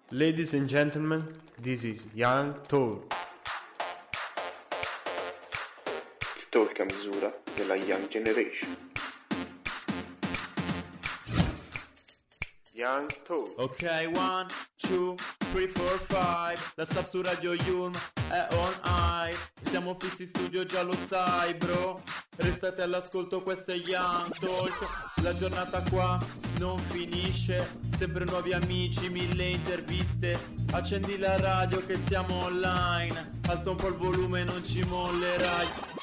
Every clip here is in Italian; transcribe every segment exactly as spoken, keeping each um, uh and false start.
Ladies and gentlemen, this is Young Talk. Il talk a misura della Young Generation. Young Talk. Ok, one, two, three, four, five. La sub su Radio Yulm è on air. Siamo fissi in studio, già lo sai, bro. Restate all'ascolto, questo è Young Talk. La giornata qua non finisce. Sempre nuovi amici, mille interviste. Accendi la radio che siamo online. Alza un po' il volume, non ci mollerai.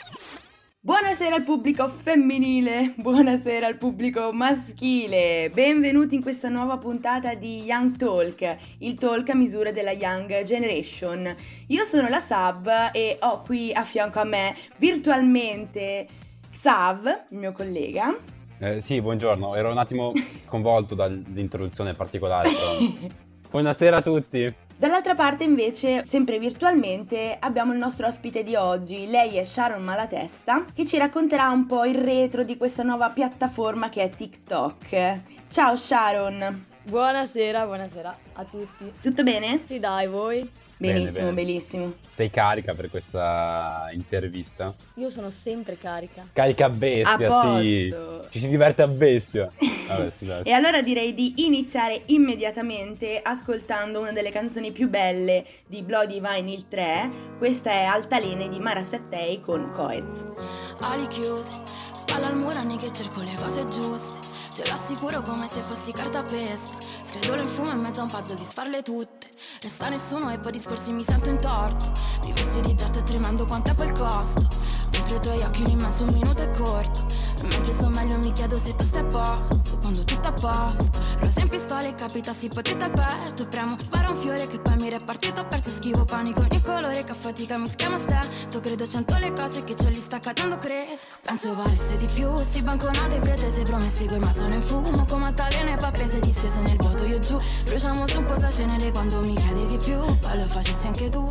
Buonasera al pubblico femminile, buonasera al pubblico maschile, benvenuti in questa nuova puntata di Young Talk, il talk a misura della Young Generation. Io sono la Sab e ho qui a fianco a me virtualmente Xav, il mio collega. Eh, sì, buongiorno, ero un attimo sconvolto dall'introduzione particolare, però. Buonasera a tutti. Dall'altra parte invece, sempre virtualmente, abbiamo il nostro ospite di oggi. Lei è Sharon Malatesta, che ci racconterà un po' il retro di questa nuova piattaforma che è TikTok. Ciao Sharon! Buonasera, buonasera a tutti. Tutto bene? Sì dai, voi? Benissimo, Bene, bene. bellissimo. Sei carica per questa intervista? Io sono sempre carica. Carica a bestia, A sì. posto. Ci si diverte a bestia. Vabbè, scusate. E allora direi di iniziare immediatamente ascoltando una delle canzoni più belle di Bloody Vinyl tre. Questa è Altalene di Mara Sattei con Coez. Ali chiuse, spalla al muro anni che cerco le cose giuste. Te lo assicuro come se fossi cartapesta. Scredolo in fumo in mezzo a un puzzle di sfarle tutte. Resta nessuno e poi discorsi mi sento in torto. Rivesti di getto e tremando quanto è poi il costo. Mentre i tuoi occhi l'immenso un minuto è corto. E mentre sto meglio mi chiedo se tu stai a posto. Quando tutto a posto. Rosa in pistola e capitassi potete al petto. E premo, spara un fiore che poi mi repartito. Ho perso schivo panico ogni colore che a fatica mi schiama stento. Credo cento le cose che ce li sta cadendo cresco. Penso valesse di più, si banconate pretese promessi quel ma sono in fumo. Come altalene pappese distese nel vuoto io giù. Bruciamo su un po' sa cenere quando mi chiedi di più. Poi lo facessi anche tu.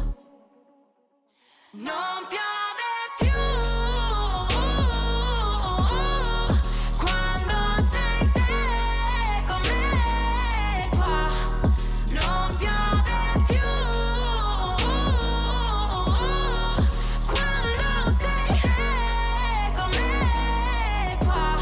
Non piove più quando sei te con me qua. Non piove più quando sei te con me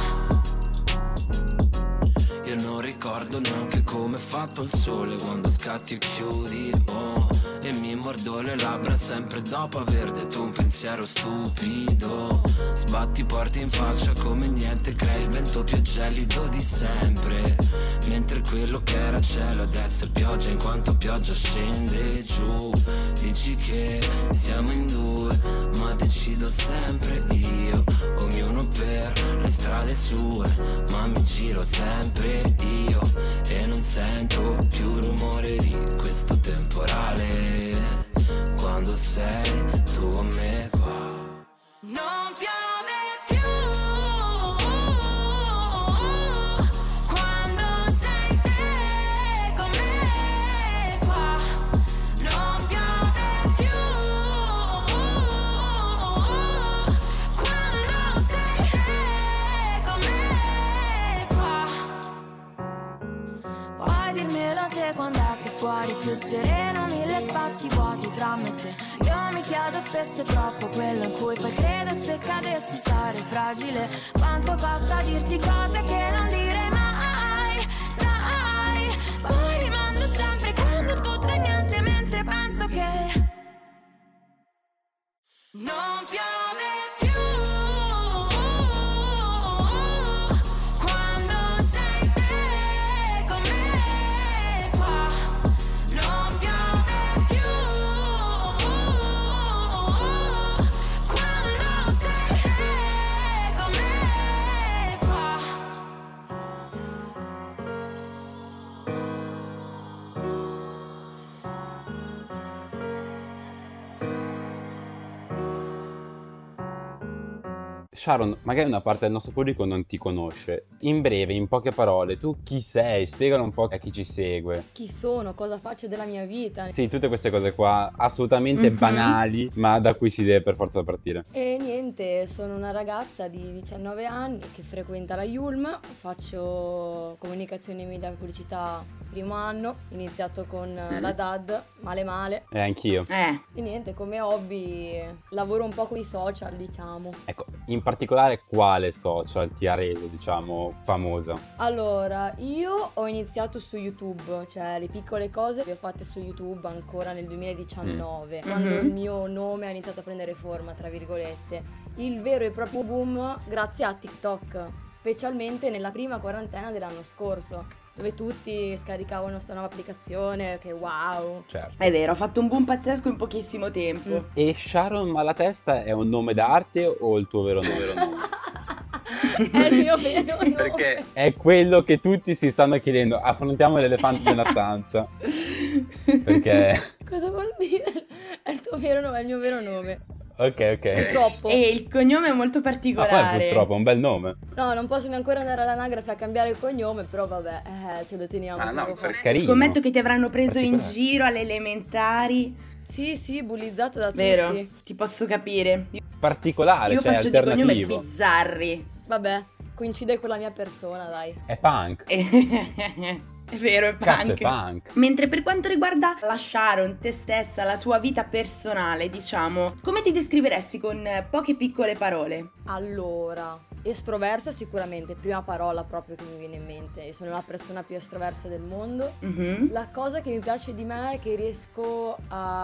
qua. Io non ricordo neanche come è fatto il sole quando scatti e chiudi, oh. E mi mordo le labbra sempre dopo aver detto un pensiero stupido. Sbatti porti in faccia come niente, crei il vento più gelido di sempre. Mentre quello che era cielo adesso è pioggia in quanto pioggia scende giù. Dici che siamo in due ma decido sempre io. Ognuno per le strade sue ma mi giro sempre io. E non sento più rumore di questo temporale quando sei tu con me qua. Non piove più quando sei te con me qua. Non piove più quando sei te con me qua. Puoi dirmelo a te quando è che fuori più sereno, mille spazi vuoti tra me e te. Io mi chiedo spesso è troppo quello in cui poi credo se cadessi sarei fragile. Quanto costa dirti cose che non direi mai, sai. Poi rimando sempre quando tutto è niente mentre penso che non piove più quando sei te con me qua. Non piove più quando sei te con me qua. Sharon, magari una parte del nostro pubblico non ti conosce. In breve, in poche parole, tu chi sei? Spiegalo un po' a chi ci segue. Chi sono? Cosa faccio della mia vita? Sì, tutte queste cose qua, assolutamente Mhm. banali, ma da cui si deve per forza partire. E niente, sono una ragazza di diciannove anni che frequenta la Yulm, faccio comunicazione, media e pubblicità primo anno, ho iniziato con eh, la D A D, male male. E anch'io. Eh, E niente, come hobby lavoro un po' con i social, diciamo. Ecco, in particolare quale social ti ha reso, diciamo, famosa? Allora, io ho iniziato su YouTube, cioè le piccole cose le ho fatte su YouTube ancora nel duemiladiciannove, Mm. quando Mhm. il mio nome ha iniziato a prendere forma, tra virgolette. Il vero e proprio boom grazie a TikTok, specialmente nella prima quarantena dell'anno scorso, dove tutti scaricavano questa nuova applicazione, che wow. Certo. è vero, ha fatto un boom pazzesco in pochissimo tempo. Mm. E Sharon Malatesta è un nome d'arte o il tuo vero nome? È il mio vero nome. Perché è quello che tutti si stanno chiedendo. Affrontiamo l'elefante nella stanza. Perché... Cosa vuol dire? È il tuo vero nome, è il mio vero nome. Ok, ok. Purtroppo. E il cognome è molto Ma poi particolare. purtroppo è un bel nome. No, non posso neanche andare all'anagrafe a cambiare il cognome, però vabbè, eh, ce lo teniamo. Ah, no, poco fa. per carino. Scommetto che ti avranno preso in Particolare. giro alle elementari. Sì, sì, bullizzata da Vero, tutti. ti posso capire. Io, Particolare, io cioè faccio di cognome alternativo. bizzarri. Vabbè, coincide con la mia persona, dai. È punk. È vero, è Cazzo, è punk. punk. Mentre per quanto riguarda la Sharon, te stessa, la tua vita personale, diciamo, come ti descriveresti con eh, poche piccole parole? Allora, estroversa sicuramente, prima parola proprio che mi viene in mente. Io sono la persona più estroversa del mondo. Mhm. La cosa che mi piace di me è che riesco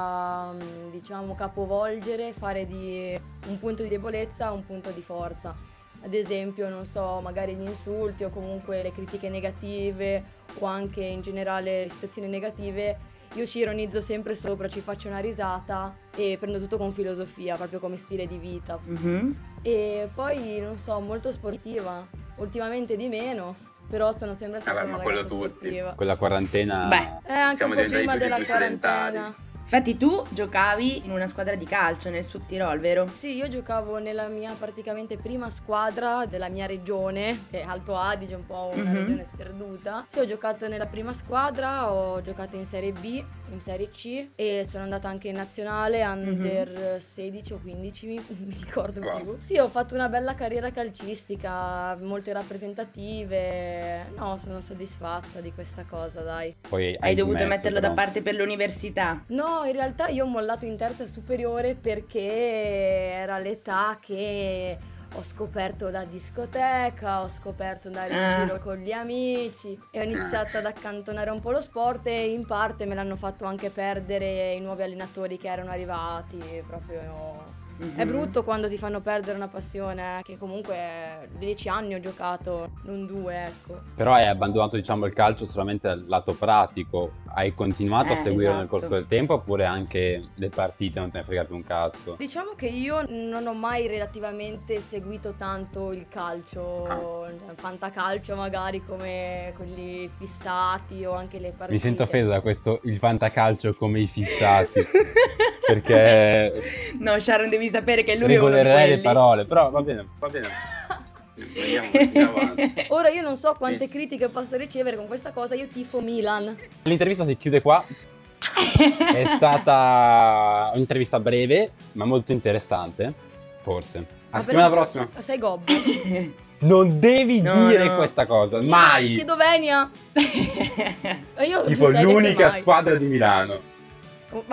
a, mm, diciamo, capovolgere, fare di un punto di debolezza un punto di forza. Ad esempio, non so, magari gli insulti o comunque le critiche negative o anche in generale le situazioni negative, io ci ironizzo sempre sopra, ci faccio una risata e prendo tutto con filosofia, proprio come stile di vita. Mhm. E poi, non so, molto sportiva, ultimamente di meno, però sono sempre stata Vabbè, una ma quello ragazza tutti. sportiva. Quella quarantena... Beh. Eh, anche Siamo un po' diventati prima più della più sedentari. quarantena. Infatti tu giocavi in una squadra di calcio nel Sud Tirol, vero? Sì, io giocavo nella mia praticamente prima squadra della mia regione, che è Alto Adige, un po' una Mhm. regione sperduta. Sì, ho giocato nella prima squadra, ho giocato in Serie B, in Serie C e sono andata anche in nazionale under sedici o quindici, mi, mi ricordo Wow. più. Sì, ho fatto una bella carriera calcistica, molte rappresentative. No, sono soddisfatta di questa cosa, dai. Poi Hai dovuto smesso, metterlo però. da parte per l'università. No, in realtà io ho mollato in terza superiore perché era l'età che ho scoperto la discoteca, ho scoperto andare in Ah. giro con gli amici e ho iniziato ad accantonare un po' lo sport e in parte me l'hanno fatto anche perdere i nuovi allenatori che erano arrivati, proprio... È Mhm. brutto quando ti fanno perdere una passione, eh, che comunque dieci anni ho giocato, non due, ecco. Però hai abbandonato, diciamo, il calcio solamente dal lato pratico. Hai continuato a Eh, seguire nel esatto. corso del tempo oppure anche le partite non te ne frega più un cazzo? Diciamo che io non ho mai relativamente seguito tanto il calcio, il fantacalcio magari come quelli fissati o anche le partite. Mi sento offeso da questo il fantacalcio come i fissati. Perché No, Sharon, devi sapere che lui è uno di regolerei le quelli. parole, però va bene, va bene. Andiamo, andiamo avanti. Ora io non so quante critiche posso ricevere con questa cosa, io tifo Milan. L'intervista si chiude qua. È stata un'intervista breve, ma molto interessante. Forse. A Ma settimana perché- prossima. Sei gobbo? Non devi No, dire no. questa cosa, Chiedo- mai. Chiedo Venia. E io più Tipo seria che l'unica mai. squadra di Milano. Ma...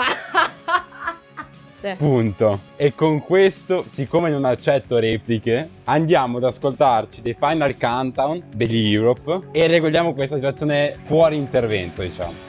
Sì. Punto. E con questo, siccome non accetto repliche, andiamo ad ascoltarci dei Final Countdown dell'Europe e regoliamo questa situazione fuori intervento, diciamo.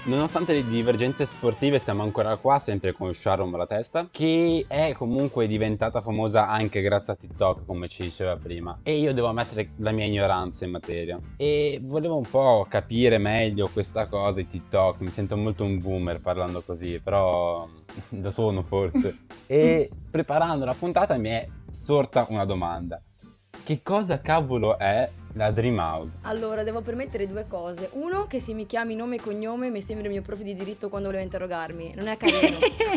Nonostante le divergenze sportive siamo ancora qua, sempre con Sharon Malatesta, che è comunque diventata famosa anche grazie a TikTok, come ci diceva prima. E io devo ammettere la mia ignoranza in materia. E volevo un po' capire meglio questa cosa di TikTok. Mi sento molto un boomer parlando così, però lo sono forse. E preparando la puntata mi è sorta una domanda. Che cosa cavolo è la Dreamhouse? Allora, devo permettere due cose. Uno, che se mi chiami nome e cognome mi sembra il mio prof di diritto quando volevo interrogarmi. Non è carino.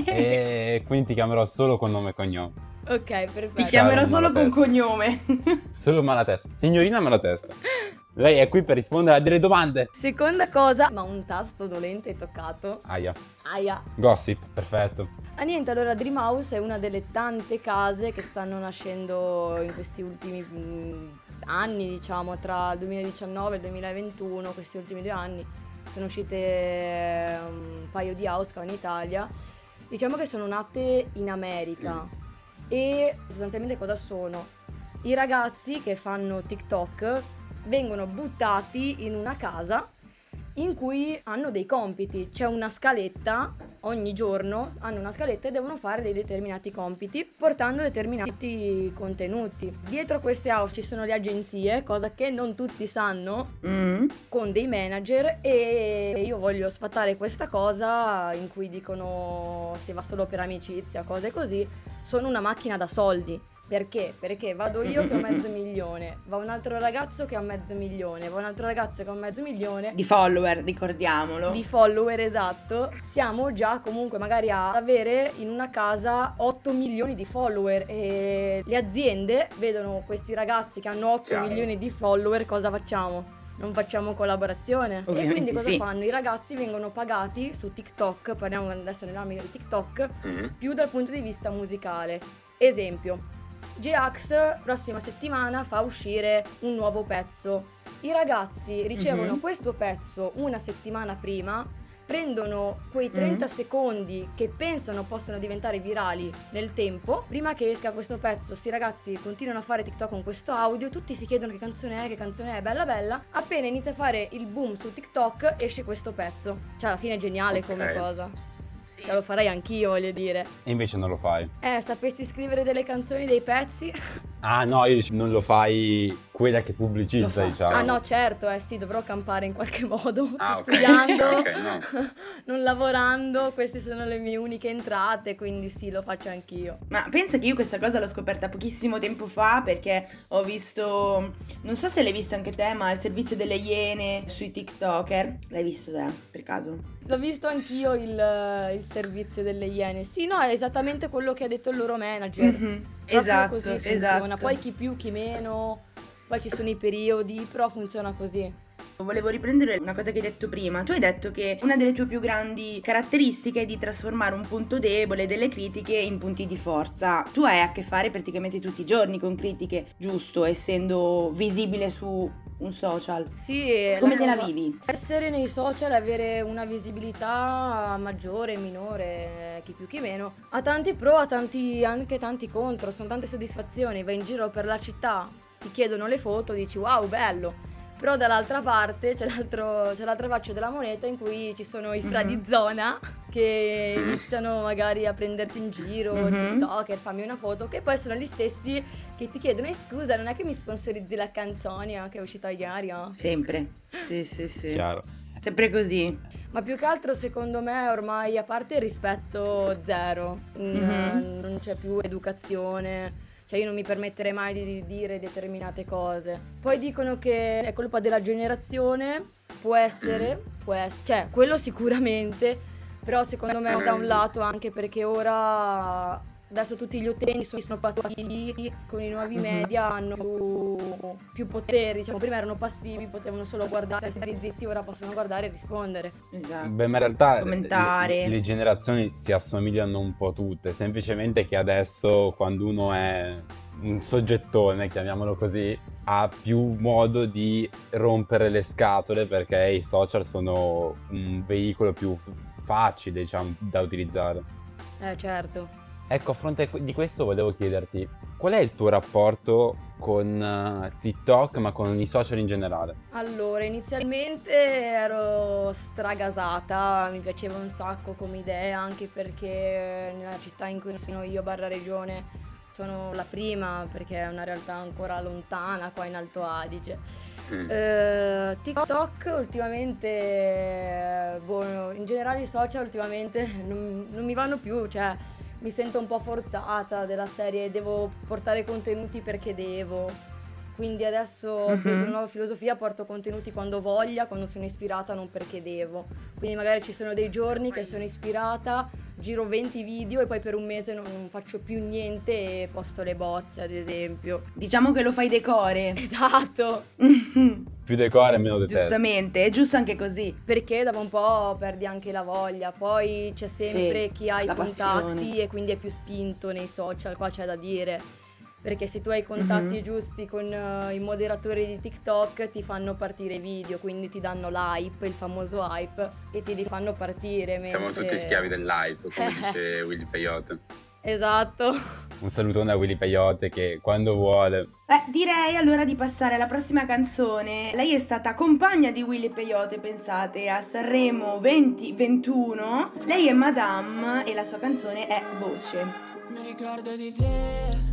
E quindi ti chiamerò solo con nome e cognome. Ok, perfetto. Ti chiamerò Sharon solo con Malatesta. cognome. Solo Malatesta. Signorina Malatesta. Lei è qui per rispondere a delle domande. Seconda cosa, ma un tasto dolente hai toccato. Aia. Aia. Gossip, perfetto. Ah niente, allora Dreamhouse è una delle tante case che stanno nascendo in questi ultimi mh, anni, diciamo, tra il duemiladiciannove e il duemilaventuno, questi ultimi due anni. Sono uscite eh, un paio di house qua in Italia. Diciamo che sono nate in America. E sostanzialmente cosa sono? I ragazzi che fanno TikTok vengono buttati in una casa in cui hanno dei compiti, c'è una scaletta, ogni giorno hanno una scaletta e devono fare dei determinati compiti portando determinati contenuti. Dietro queste house ci sono le agenzie, cosa che non tutti sanno, Mm. con dei manager, e io voglio sfatare questa cosa in cui dicono se va solo per amicizia, cose così. Sono una macchina da soldi. Perché? Perché vado io che ho mezzo milione, va un altro ragazzo che ha mezzo milione, va un altro ragazzo che ha mezzo milione Di follower, ricordiamolo. di follower, esatto. Siamo già comunque magari a avere in una casa otto milioni di follower, e le aziende vedono questi ragazzi che hanno otto Chiaro. milioni di follower, cosa facciamo? Non facciamo collaborazione. Ovviamente E quindi cosa sì. fanno? I ragazzi vengono pagati su TikTok, parliamo adesso nell'ambito di TikTok, Mm. più dal punto di vista musicale. Esempio, J-Ax prossima settimana fa uscire un nuovo pezzo. I ragazzi ricevono Mhm. questo pezzo una settimana prima, prendono quei trenta Mhm. secondi che pensano possano diventare virali nel tempo. Prima che esca questo pezzo, sti ragazzi continuano a fare TikTok con questo audio, tutti si chiedono che canzone è, che canzone è, bella bella. Appena inizia a fare il boom su TikTok, esce questo pezzo. Cioè, alla fine è geniale Ok. come cosa. Cioè, lo farei anch'io, voglio dire. E invece non lo fai. Eh, sapessi scrivere delle canzoni, dei pezzi? Ah no, io dico, non lo fai quella che pubblicizza, Lo fa. diciamo. Ah no, certo, eh sì, dovrò campare in qualche modo, Ah, ok. studiando, Ok, no. non lavorando, queste sono le mie uniche entrate, quindi sì, lo faccio anch'io. Ma pensa che io questa cosa l'ho scoperta pochissimo tempo fa, perché ho visto, non so se l'hai visto anche te, ma il servizio delle Iene sui TikToker. L'hai visto te, per caso? L'ho visto anch'io il, il servizio delle Iene. Sì, no, è esattamente quello che ha detto il loro manager. Mhm. Proprio Esatto, così funziona. esatto. Poi chi più, chi meno, poi ci sono i periodi, però funziona così. Volevo riprendere una cosa che hai detto prima. Tu hai detto che una delle tue più grandi caratteristiche è di trasformare un punto debole delle critiche in punti di forza. Tu hai a che fare praticamente tutti i giorni con critiche, giusto? Essendo visibile su un social. Sì, e Come te la cosa- vivi? Essere nei social e avere una visibilità maggiore, minore, chi più chi meno, ha tanti pro, ha tanti, anche tanti contro, sono tante soddisfazioni. Vai in giro per la città, ti chiedono le foto, dici wow, bello. Però dall'altra parte c'è, l'altro, c'è l'altra faccia della moneta in cui ci sono i fra Mhm. di zona che iniziano magari a prenderti in giro, Mhm. TikToker, fammi una foto, che poi sono gli stessi che ti chiedono "Eh, scusa, non è che mi sponsorizzi la canzone che è uscita ieri? oh?" Sempre. Sì, sì, sì. Chiaro. Sempre così. Ma più che altro secondo me ormai, a parte il rispetto zero, mm, Mhm. non c'è più educazione, cioè io non mi permetterei mai di dire determinate cose. Poi dicono che è colpa della generazione, può essere, può ess- cioè quello sicuramente, però secondo me da un lato anche perché ora adesso tutti gli utenti sono, sono passivi, con i nuovi Mhm. media hanno più, più potere, diciamo prima erano passivi, potevano solo guardare, stare zitti, ora possono guardare e rispondere. Esatto. Beh, ma in realtà Commentare. le, le generazioni si assomigliano un po' tutte, semplicemente che adesso quando uno è un soggettone, chiamiamolo così, ha più modo di rompere le scatole perché i social sono un veicolo più f- facile, diciamo, da utilizzare. Eh certo. Ecco, a fronte di questo volevo chiederti, qual è il tuo rapporto con uh, TikTok, ma con i social in generale? Allora, inizialmente ero stragasata, mi piaceva un sacco come idea, anche perché nella città in cui sono io, barra regione, sono la prima, perché è una realtà ancora lontana qua in Alto Adige. Mm. Eh, TikTok ultimamente, boh, in generale i social ultimamente non, non mi vanno più, cioè mi sento un po' forzata della serie, devo portare contenuti perché devo. Quindi adesso ho preso una nuova filosofia, porto contenuti quando voglia, quando sono ispirata, non perché devo. Quindi magari ci sono dei giorni che sono ispirata, giro venti video e poi per un mese non, non faccio più niente e posto le bozze, ad esempio. Diciamo che lo fai decore. Esatto. Più decore, meno detesto. Giustamente, è giusto anche così. Perché dopo un po' perdi anche la voglia, poi c'è sempre sì, chi ha i contatti passione. E quindi è più spinto nei social, qua c'è da dire. Perché se tu hai i contatti mm-hmm. giusti con uh, i moderatori di TikTok ti fanno partire i video, quindi ti danno l'hype, il famoso hype, e ti li fanno partire. Siamo mentre... tutti schiavi dell'hype, come dice Willy Peyote. Esatto. Un salutone a Willy Peyote che quando vuole... Eh, direi allora di passare alla prossima canzone. Lei è stata compagna di Willy Peyote, pensate, a Sanremo venti ventuno. Lei è Madame e la sua canzone è Voce. Mi ricordo di te.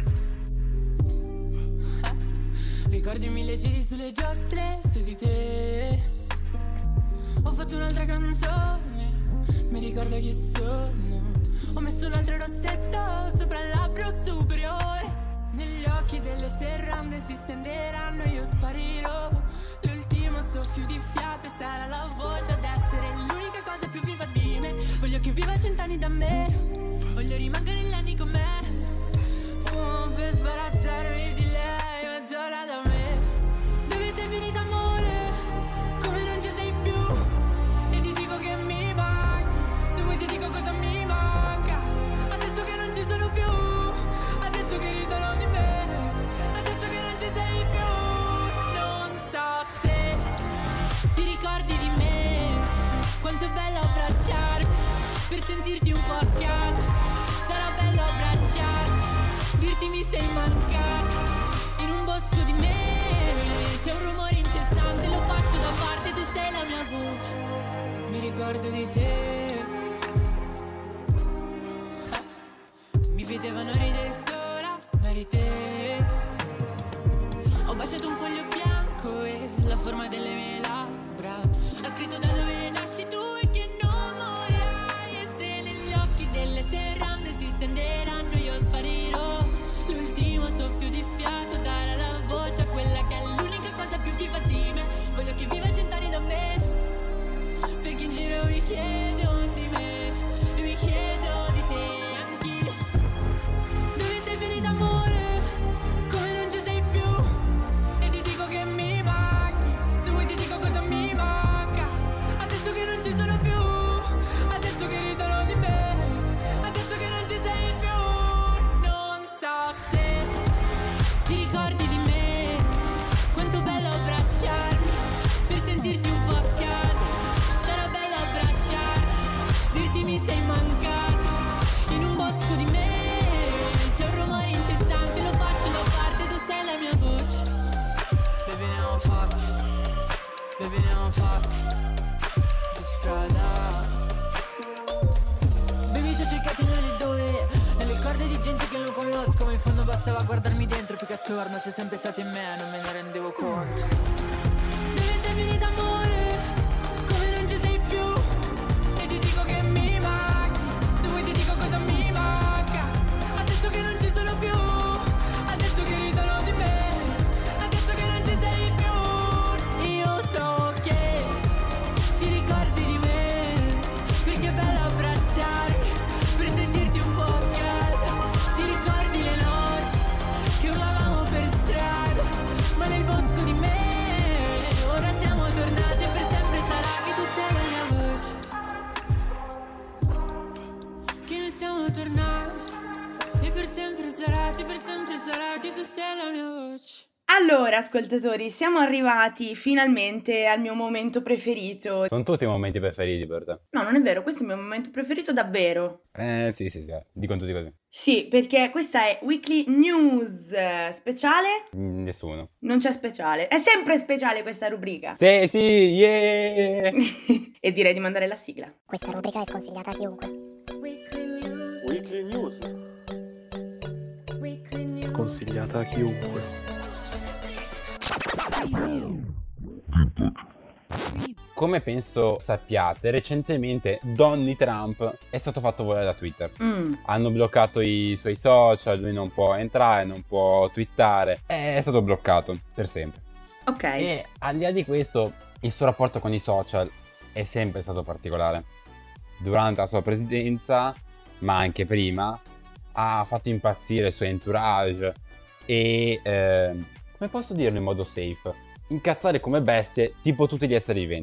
Ricordi mille giri sulle giostre, su di te. Ho fatto un'altra canzone, mi ricordo chi sono. Ho messo un altro rossetto sopra il labbro superiore. Negli occhi delle serrande si stenderanno e io sparirò. L'ultimo soffio di fiato e sarà la voce ad essere l'unica cosa più viva di me. Voglio che viva cent'anni da me, voglio rimanere negli anni con me. Fumo per sbarazzarmi di lei, ma giora da me. Dove sei finito amore? Come non ci sei più? E ti dico che mi manchi, se vuoi ti dico cosa mi manca. Adesso che non ci sono più, adesso che ridono di me, adesso che non ci sei più. Non so se ti ricordi di me, quanto è bello abbracciarmi, per sentirti un po' a casa. Sarà bello abbracciarti, dirti mi sei mancata. In un bosco di me c'è un rumore incessante, lo faccio da parte, tu sei la mia voce. Mi ricordo di te. Mi vedevano ridere sola, ma eri te. Ho baciato un foglio bianco e la forma delle mie labbra ha scritto da dove nasci tu e che non morirai. E se negli occhi delle serrande si stenderanno io sparirò. L'ultimo soffio di fiato darà la voce a quella che è l'unica cosa più viva di me. Voglio che viva cent'anni da me, perché in giro mi chiedo di me e mi chiedo di te anch'io. Dove sei finito amore? Come non ci sei più? E ti dico che mi manchi, se vuoi ti dico cosa mi manca. Adesso che non ci sono più, adesso che ridono di me, adesso che non ci sei più. Non so se ti ricordi di me, quanto bello abbracciarmi, per sentirti un po' a casa. Sarà bello abbracciarti, dirti mi sei mancata. In un bosco di me c'è un rumore incessante, lo faccio da parte, tu sei la mia voce. Baby ne ho fatti, baby ne ho fatti di strada. Baby ti ho cercati nelle dove, nelle corde di gente che non conosco, ma in fondo bastava guardarmi dentro più che attorno. Sei sempre stato in me, non me ne rendevo conto. Dove sei finito amore? Come non ci sei più? E ti dico che mi manchi, se vuoi ti dico cosa mi manca. Adesso che non ci sono più, adesso che ridono di me, adesso che non ci sei più. Io so che ti ricordi di me, perché è bello abbracciarmi, per sentirti un po' a casa. Ti ricordi le notti che urlavamo per strada, ma nel bosco di me ora siamo tornate, per sempre sarà che tu sei la mia voce. Che noi siamo tornati e per sempre sarà, sì per sempre sarà che tu sei la mia voce. Allora, ascoltatori, siamo arrivati finalmente al mio momento preferito. Sono tutti i momenti preferiti per te. No, non è vero, questo è il mio momento preferito davvero. Eh, sì, sì, sì, dicono tutti così. Sì, perché questa è Weekly News eh, speciale. Nessuno. Non c'è speciale. È sempre speciale questa rubrica. Sì, sì, yeah! E direi di mandare la sigla. Questa rubrica è sconsigliata a chiunque. Weekly News. Sconsigliata a chiunque. Come penso sappiate, recentemente Donny Trump è stato fatto volare da Twitter. Mm. Hanno bloccato i suoi social, lui non può entrare, non può twittare. È stato bloccato per sempre. Ok. E al di là di questo, il suo rapporto con i social è sempre stato particolare. Durante la sua presidenza, ma anche prima, ha fatto impazzire il suo entourage e, eh, come posso dirlo in modo safe, incazzare come bestie tipo tutti gli esseri viventi.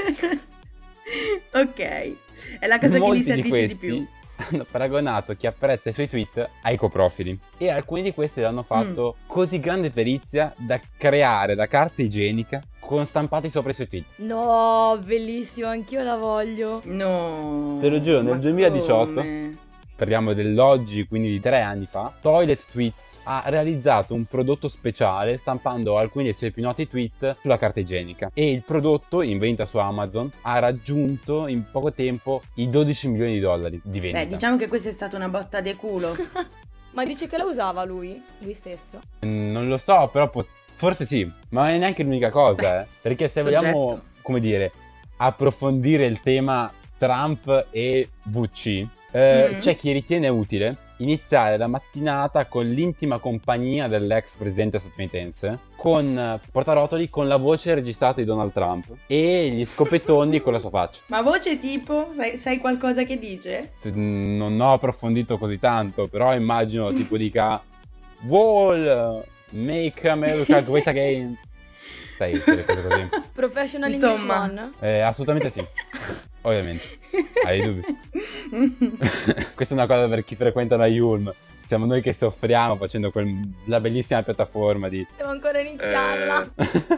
Ok, è la cosa Molti che gli si di addice questi di più. hanno paragonato chi apprezza i suoi tweet ai coprofili e alcuni di questi l'hanno fatto mm. così grande perizia da creare la carta igienica con stampati sopra i suoi tweet. No, bellissimo, anch'io la voglio. No. Te lo giuro, nel ma duemiladiciotto, come? parliamo dell'oggi, quindi di tre anni fa, Toilet Tweets ha realizzato un prodotto speciale stampando alcuni dei suoi più noti tweet sulla carta igienica e il prodotto, in vendita su Amazon, ha raggiunto in poco tempo i dodici milioni di dollari di vendita. Beh, diciamo che questa è stata una botta de culo. Ma dice che la usava lui? Lui stesso? Non lo so, però pot- forse sì, ma non è neanche l'unica cosa, eh. Perché se soggetto. vogliamo, come dire, approfondire il tema Trump e V C, eh, Mm. c'è chi ritiene utile iniziare la mattinata con l'intima compagnia dell'ex presidente statunitense, con eh, portarotoli con la voce registrata di Donald Trump e gli scopettoni con la sua faccia. Ma voce tipo? Sai, sai qualcosa che dice? Non ho approfondito così tanto, però immagino tipo dica Wall, make America great again. Sai, quelle cose così. Professional Insomma. English one? Eh, assolutamente sì, ovviamente. Hai dubbi? Questa è una cosa per chi frequenta la Yulm. Siamo noi che soffriamo facendo quella bellissima piattaforma di... Devo ancora iniziarla.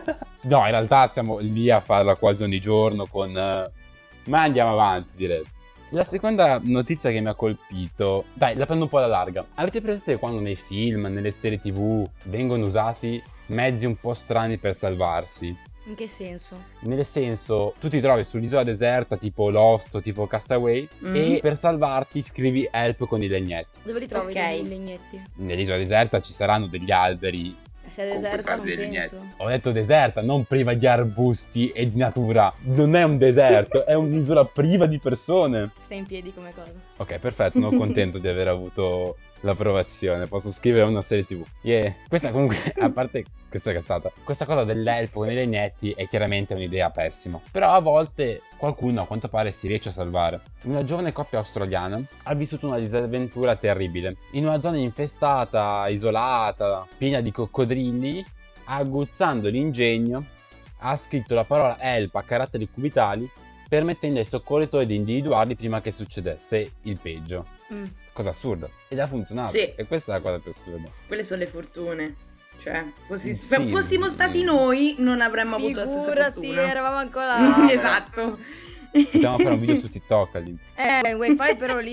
No, in realtà siamo lì a farla quasi ogni giorno con... eh, Ma andiamo avanti, direi. La seconda notizia che mi ha colpito... Dai, la prendo un po' alla larga. Avete presente quando nei film, nelle serie tv vengono usati mezzi un po' strani per salvarsi? In che senso? Nel senso, tu ti trovi sull'isola deserta tipo Lost o tipo Castaway Mm. e per salvarti scrivi help con i legnetti. Dove li trovi Ok. dei legnetti? Nell'isola deserta ci saranno degli alberi. Eh, Se è Con deserta quei non fardi dei penso. Ho detto deserta, non priva di arbusti e di natura. Non è un deserto, è un'isola priva di persone. Stai in piedi come cosa? Ok, perfetto, sono contento di aver avuto l'approvazione. Posso scrivere una serie tv. Yeah. Questa comunque, a parte questa cazzata, questa cosa dell'help con i legnetti è chiaramente un'idea pessima. Però a volte qualcuno a quanto pare si riesce a salvare. Una giovane coppia australiana ha vissuto una disavventura terribile. In una zona infestata, isolata, piena di coccodrilli, aguzzando l'ingegno, ha scritto la parola help a caratteri cubitali, permettendo ai soccorritori di individuarli prima che succedesse il peggio. Mm. Cosa assurda. Ed ha funzionato. Sì. E questa è la cosa più assurda. Quelle sono le fortune. Cioè, fossi- Sì. se fossimo stati noi, non avremmo avuto la stessa Figurati, fortuna. eravamo ancora... Esatto. Possiamo fare un video su TikTok lì. Eh, il wifi però lì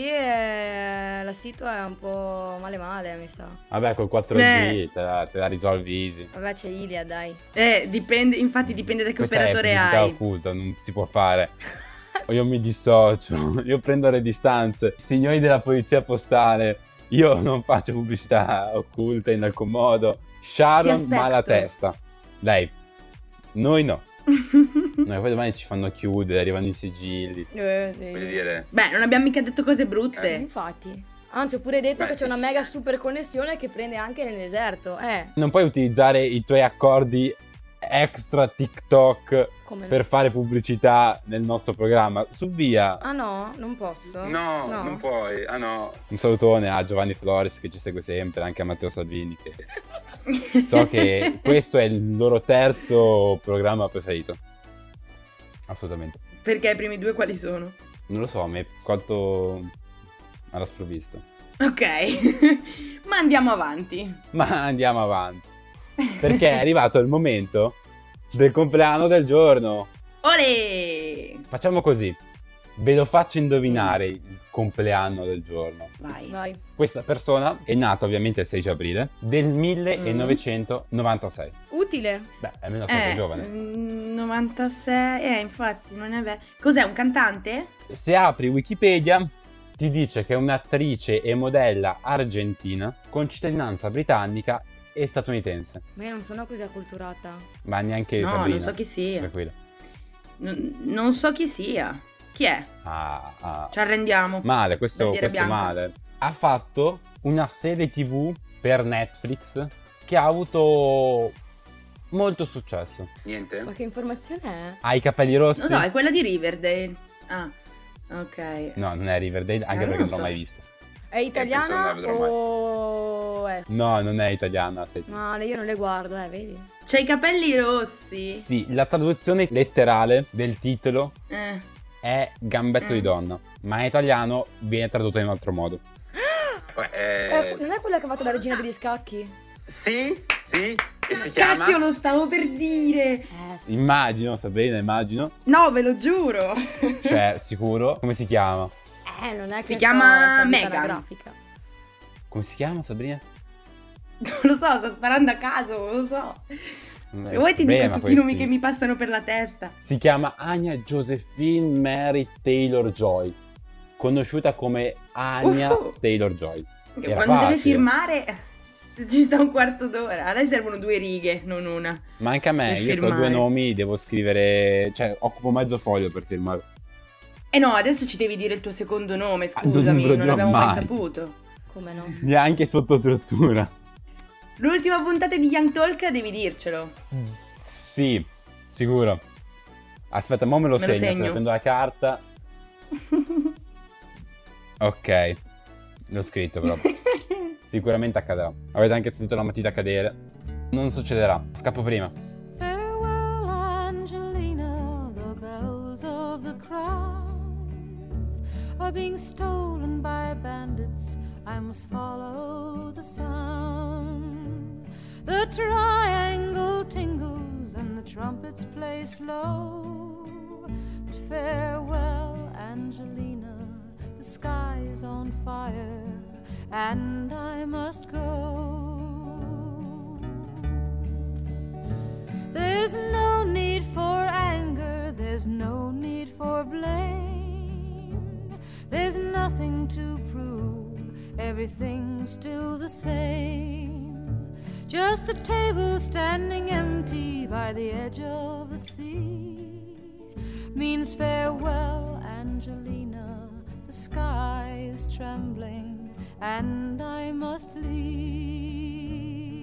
è... la situa è un po' male male, mi sa. Vabbè, col quattro G Eh. te, la, te la risolvi easy. Vabbè, c'è Ilia, dai. Eh, dipende, infatti dipende da che Questa operatore è pubblicità hai. occulta, non si può fare. Io mi dissocio, io prendo le distanze. Signori della polizia postale, io non faccio pubblicità occulta in alcun modo. Sharon aspetto. Malatesta. Lei. Noi no. Noi poi domani ci fanno chiudere, arrivano i sigilli. Eh, sì. Voglio dire, Beh, non abbiamo mica detto cose brutte. Eh, infatti. Anzi, ho pure detto Beh, che c'è sì. una mega super connessione che prende anche nel deserto. Eh, Non puoi utilizzare i tuoi accordi extra TikTok come no? per fare pubblicità nel nostro programma. Su via. Ah no, non posso? no, non puoi. Ah no. Un salutone a Giovanni Flores che ci segue sempre, anche a Matteo Salvini che so che questo è il loro terzo programma preferito. Assolutamente. Perché i primi due quali sono? Non lo so, mi è colto alla sprovvista. Ok. Ma andiamo avanti. Ma andiamo avanti. perché è arrivato il momento del compleanno del giorno. Olè! Facciamo così, ve lo faccio indovinare il compleanno del giorno. Vai. Vai. Questa persona è nata ovviamente il sei aprile del millenovecentonovantasei. Utile. Beh, almeno sempre Eh, giovane. mm, novantasei, eh, infatti, non è vero. Cos'è, un cantante? Se apri Wikipedia ti dice che è un'attrice e modella argentina con cittadinanza britannica e statunitense. Ma io non sono così acculturata. Ma neanche No, Sabrina. non so chi sia. Tranquilla. Non, non so chi sia. Chi è? Ah, ah. Ci arrendiamo. Male, questo, Bandiera questo bianca. male. Ha fatto una serie tivù per Netflix che ha avuto molto successo. Niente? Ma che informazione è? Ha i capelli rossi? No, no, è quella di Riverdale. Ah, ok. No, non è Riverdale, anche Eh, perché non non so. l'ho mai vista. È italiana non la vedrò mai. o è? No, non è italiana. Sei... Ma io non le guardo, eh, vedi? C'ha i capelli rossi. Sì, la traduzione letterale del titolo Eh. è Gambetto Eh. di donna, ma in italiano viene tradotto in un altro modo. Eh, non è quella che ha fatto la regina degli scacchi? Sì, sì, e si Cacchio, lo stavo per dire. Eh, Immagino, Sabrina, immagino. No, ve lo giuro. Cioè, sicuro. Come si chiama? eh non è che Si so, chiama sta vita Meghan. anagrafica. Come si chiama, Sabrina? Non lo so, sto sparando a caso, non lo so. Se vuoi ti Beh, dico ma tutti i nomi questi- che mi passano per la testa. Si chiama Anya Josephine Mary Taylor-Joy, conosciuta come Anya Uh. Taylor-Joy. Che Era quando deve facile. firmare ci sta un quarto d'ora. A lei servono due righe, non una. Ma anche a me, Per io ho firmare. due nomi, devo scrivere... Cioè, occupo mezzo foglio per firmare. Eh no, adesso ci devi dire il tuo secondo nome, Ah, non scusami, ve lo non dirò l'abbiamo mai mai. saputo. Come no? Neanche sotto tortura. L'ultima puntata di Young Talk devi dircelo. Sì, sicuro. Aspetta, mo me lo Me lo segno, segno. aspetta, prendo la carta. Ok, l'ho scritto proprio. Sicuramente accadrà. Avete anche sentito la matita cadere. Non succederà. Scappo prima. Farewell, Angelina, the bells of the crown are being stolen by bandits. I must follow the sound. The triangle tingles and the trumpets play slow. But farewell, Angelina, the sky is on fire and I must go. There's no need for anger, there's no need for blame. There's nothing to prove, everything's still the same. Just a table standing empty by the edge of the sea means farewell, Angelina, the sky is trembling and I must leave.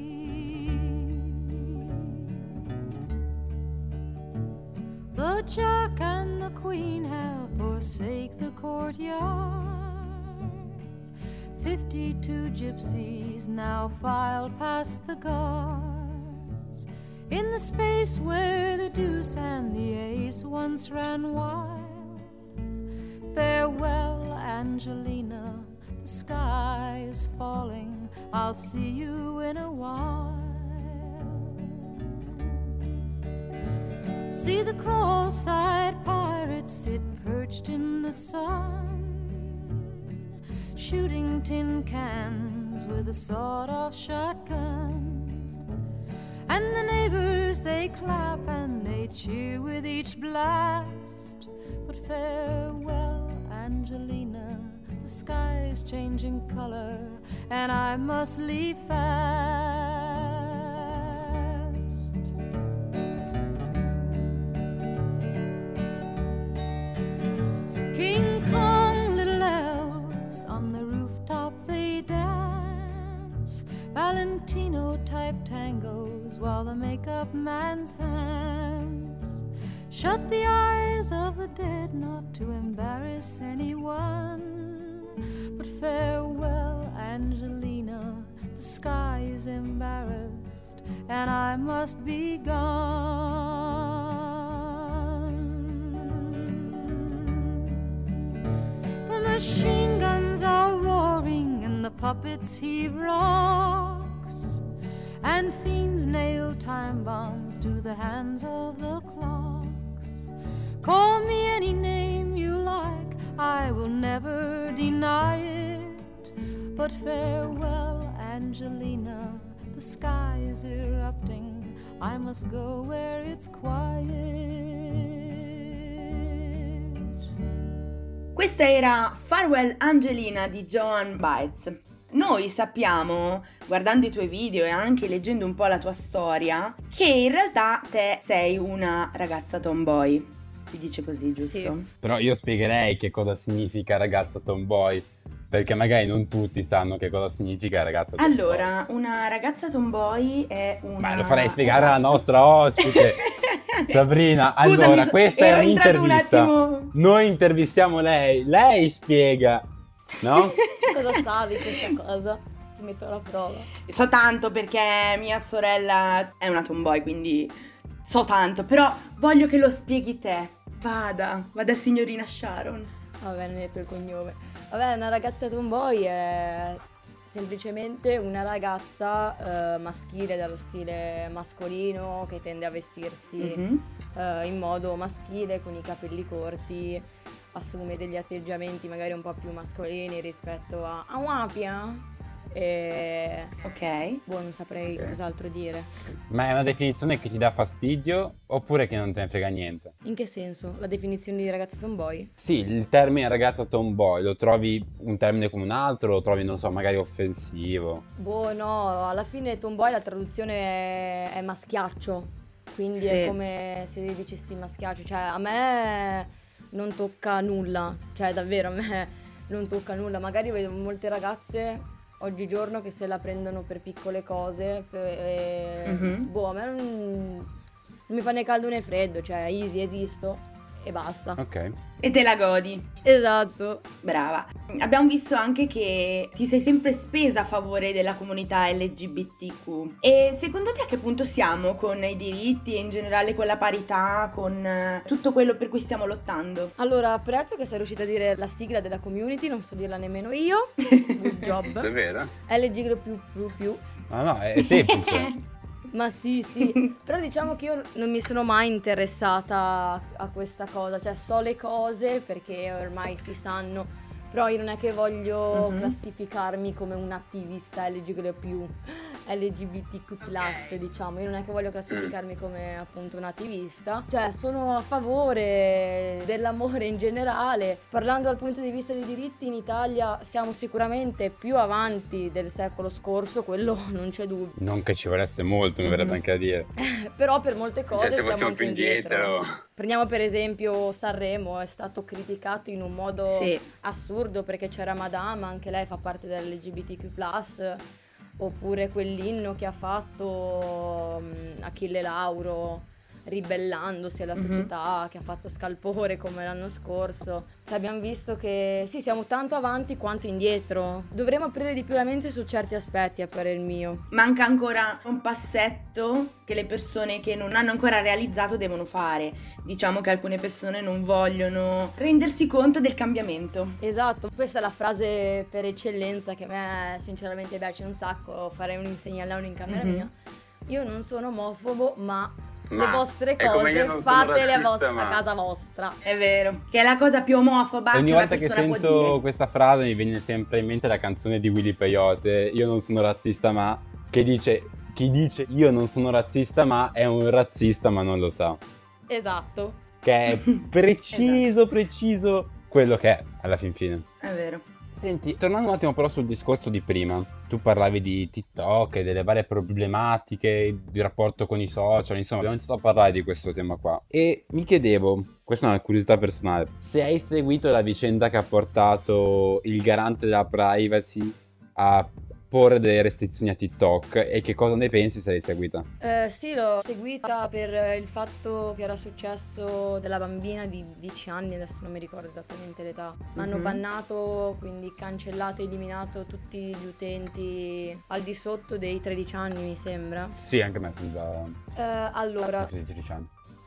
The Jack and the Queen have forsake the courtyard. Fifty-two gypsies now file past the guards in the space where the deuce and the ace once ran wild. Farewell, Angelina, the sky is falling, I'll see you in a while. See the cross-eyed pirates sit perched in the sun, shooting tin cans with a sawed-off shotgun. And the neighbors, they clap and they cheer with each blast. But farewell, Angelina, the sky's changing color and I must leave fast. King Kong, little elves on the rooftop they dance, Valentino type tangos while the makeup man's hands shut the eyes of the dead not to embarrass anyone. But farewell, Angelina, the sky is embarrassed and I must be gone. The machine guns are roaring and the puppets heave rocks, and fiends nail time bombs to the hands of the clocks. Call me any name you like, I will never deny it. But farewell, Angelina, the sky is erupting, I must go where it's quiet. Questa era Farewell Angelina di Joan Baez. Noi sappiamo, guardando i tuoi video e anche leggendo un po' la tua storia, che in realtà te sei una ragazza tomboy. Si dice così, giusto? Sì. Però io spiegherei che cosa significa ragazza tomboy, perché magari non tutti sanno che cosa significa ragazza tomboy. Allora, una ragazza tomboy è una... Ma lo farei spiegare alla nostra ospite. Sabrina, Scusami, allora so- questa ero è entrato un un'intervista. attimo- Noi intervistiamo lei, lei spiega, no? Cosa savi questa cosa? Ti metto alla prova. So tanto perché mia sorella è una tomboy, quindi so tanto, però voglio che lo spieghi te. Vada, vada signorina Sharon. Va bene, detto il cognome. Vabbè, una ragazza tomboy è semplicemente una ragazza eh, maschile, dallo stile mascolino, che tende a vestirsi Mhm. eh, in modo maschile, con i capelli corti, assume degli atteggiamenti magari un po' più mascolini rispetto a a Wapia. E Ok. boh, non saprei Ok. cos'altro dire. Ma è una definizione che ti dà fastidio oppure che non te ne frega niente? In che senso? La definizione di ragazza tomboy? Sì, il termine ragazza tomboy, lo trovi un termine come un altro, lo trovi, non so, magari offensivo? Boh, no, alla fine tomboy la traduzione è, è maschiaccio, quindi Sì. è come se dicessi maschiaccio, cioè a me non tocca nulla, cioè davvero a me non tocca nulla, magari vedo molte ragazze oggigiorno che se la prendono per piccole cose, per- e- Mhm. boh, a me non, non mi fa né caldo né freddo, cioè easy, esisto e basta. Ok. E te la godi. Esatto. Brava. Abbiamo visto anche che ti sei sempre spesa a favore della comunità L G B T Q. E secondo te a che punto siamo con i diritti e in generale con la parità, con eh, tutto quello per cui stiamo lottando? Allora, apprezzo che sei riuscita a dire la sigla della community, non so dirla nemmeno io. Good job. vero? L G B T Q. No, no, è semplice. Ma sì, sì. Però diciamo che io non mi sono mai interessata a questa cosa. Cioè, so le cose perché ormai si sanno. Però io non è che voglio Mhm. classificarmi come un'attivista L G B T più, L G B T Q plus, diciamo. Io non è che voglio classificarmi come appunto un'attivista. Cioè, sono a favore dell'amore in generale. Parlando dal punto di vista dei diritti, in Italia siamo sicuramente più avanti del secolo scorso, quello non c'è dubbio. Non che ci volesse molto, mi verrebbe Mhm. anche a dire. Però per molte cose Cioè, se siamo fossimo anche più indietro. indietro. Prendiamo per esempio Sanremo, è stato criticato in un modo Sì. assurdo perché c'era Madama, anche lei fa parte dell'L G B T Q plus, oppure quell'inno che ha fatto mm, Achille Lauro ribellandosi alla Mhm. società, che ha fatto scalpore come l'anno scorso. Cioè abbiamo visto che sì, siamo tanto avanti quanto indietro. Dovremmo aprire di più la mente su certi aspetti, a parer mio. Manca ancora un passetto che le persone che non hanno ancora realizzato devono fare. Diciamo che alcune persone non vogliono rendersi conto del cambiamento. Esatto, questa è la frase per eccellenza che a me sinceramente piace un sacco, farei un'insegna all'aula in camera Mhm. mia. Io non sono omofobo, ma, Ma le vostre è come io cose non sono fatele a, razzista, vostra, ma- a casa vostra. È vero. Che è la cosa più omofoba Ogni che una volta che persona può sento dire. questa frase mi viene sempre in mente la canzone di Willy Peyote, Io non sono razzista ma, che dice, chi dice io non sono razzista ma è un razzista ma non lo sa. Esatto. Che è preciso, preciso quello che è alla fin fine. È vero. Senti, tornando un attimo però sul discorso di prima, tu parlavi di TikTok e delle varie problematiche, di rapporto con i social, insomma abbiamo iniziato a parlare di questo tema qua e mi chiedevo, questa è una curiosità personale, se hai seguito la vicenda che ha portato il garante della privacy a porre delle restrizioni a TikTok e che cosa ne pensi se l'hai seguita? Eh, sì, l'ho seguita per il fatto che era successo della bambina di dieci anni, adesso non mi ricordo esattamente l'età. Hanno Mhm. bannato, quindi cancellato, eliminato tutti gli utenti al di sotto dei tredici anni, mi sembra. Sì, anche a me sembra Eh, allora, quasi di tredici anni.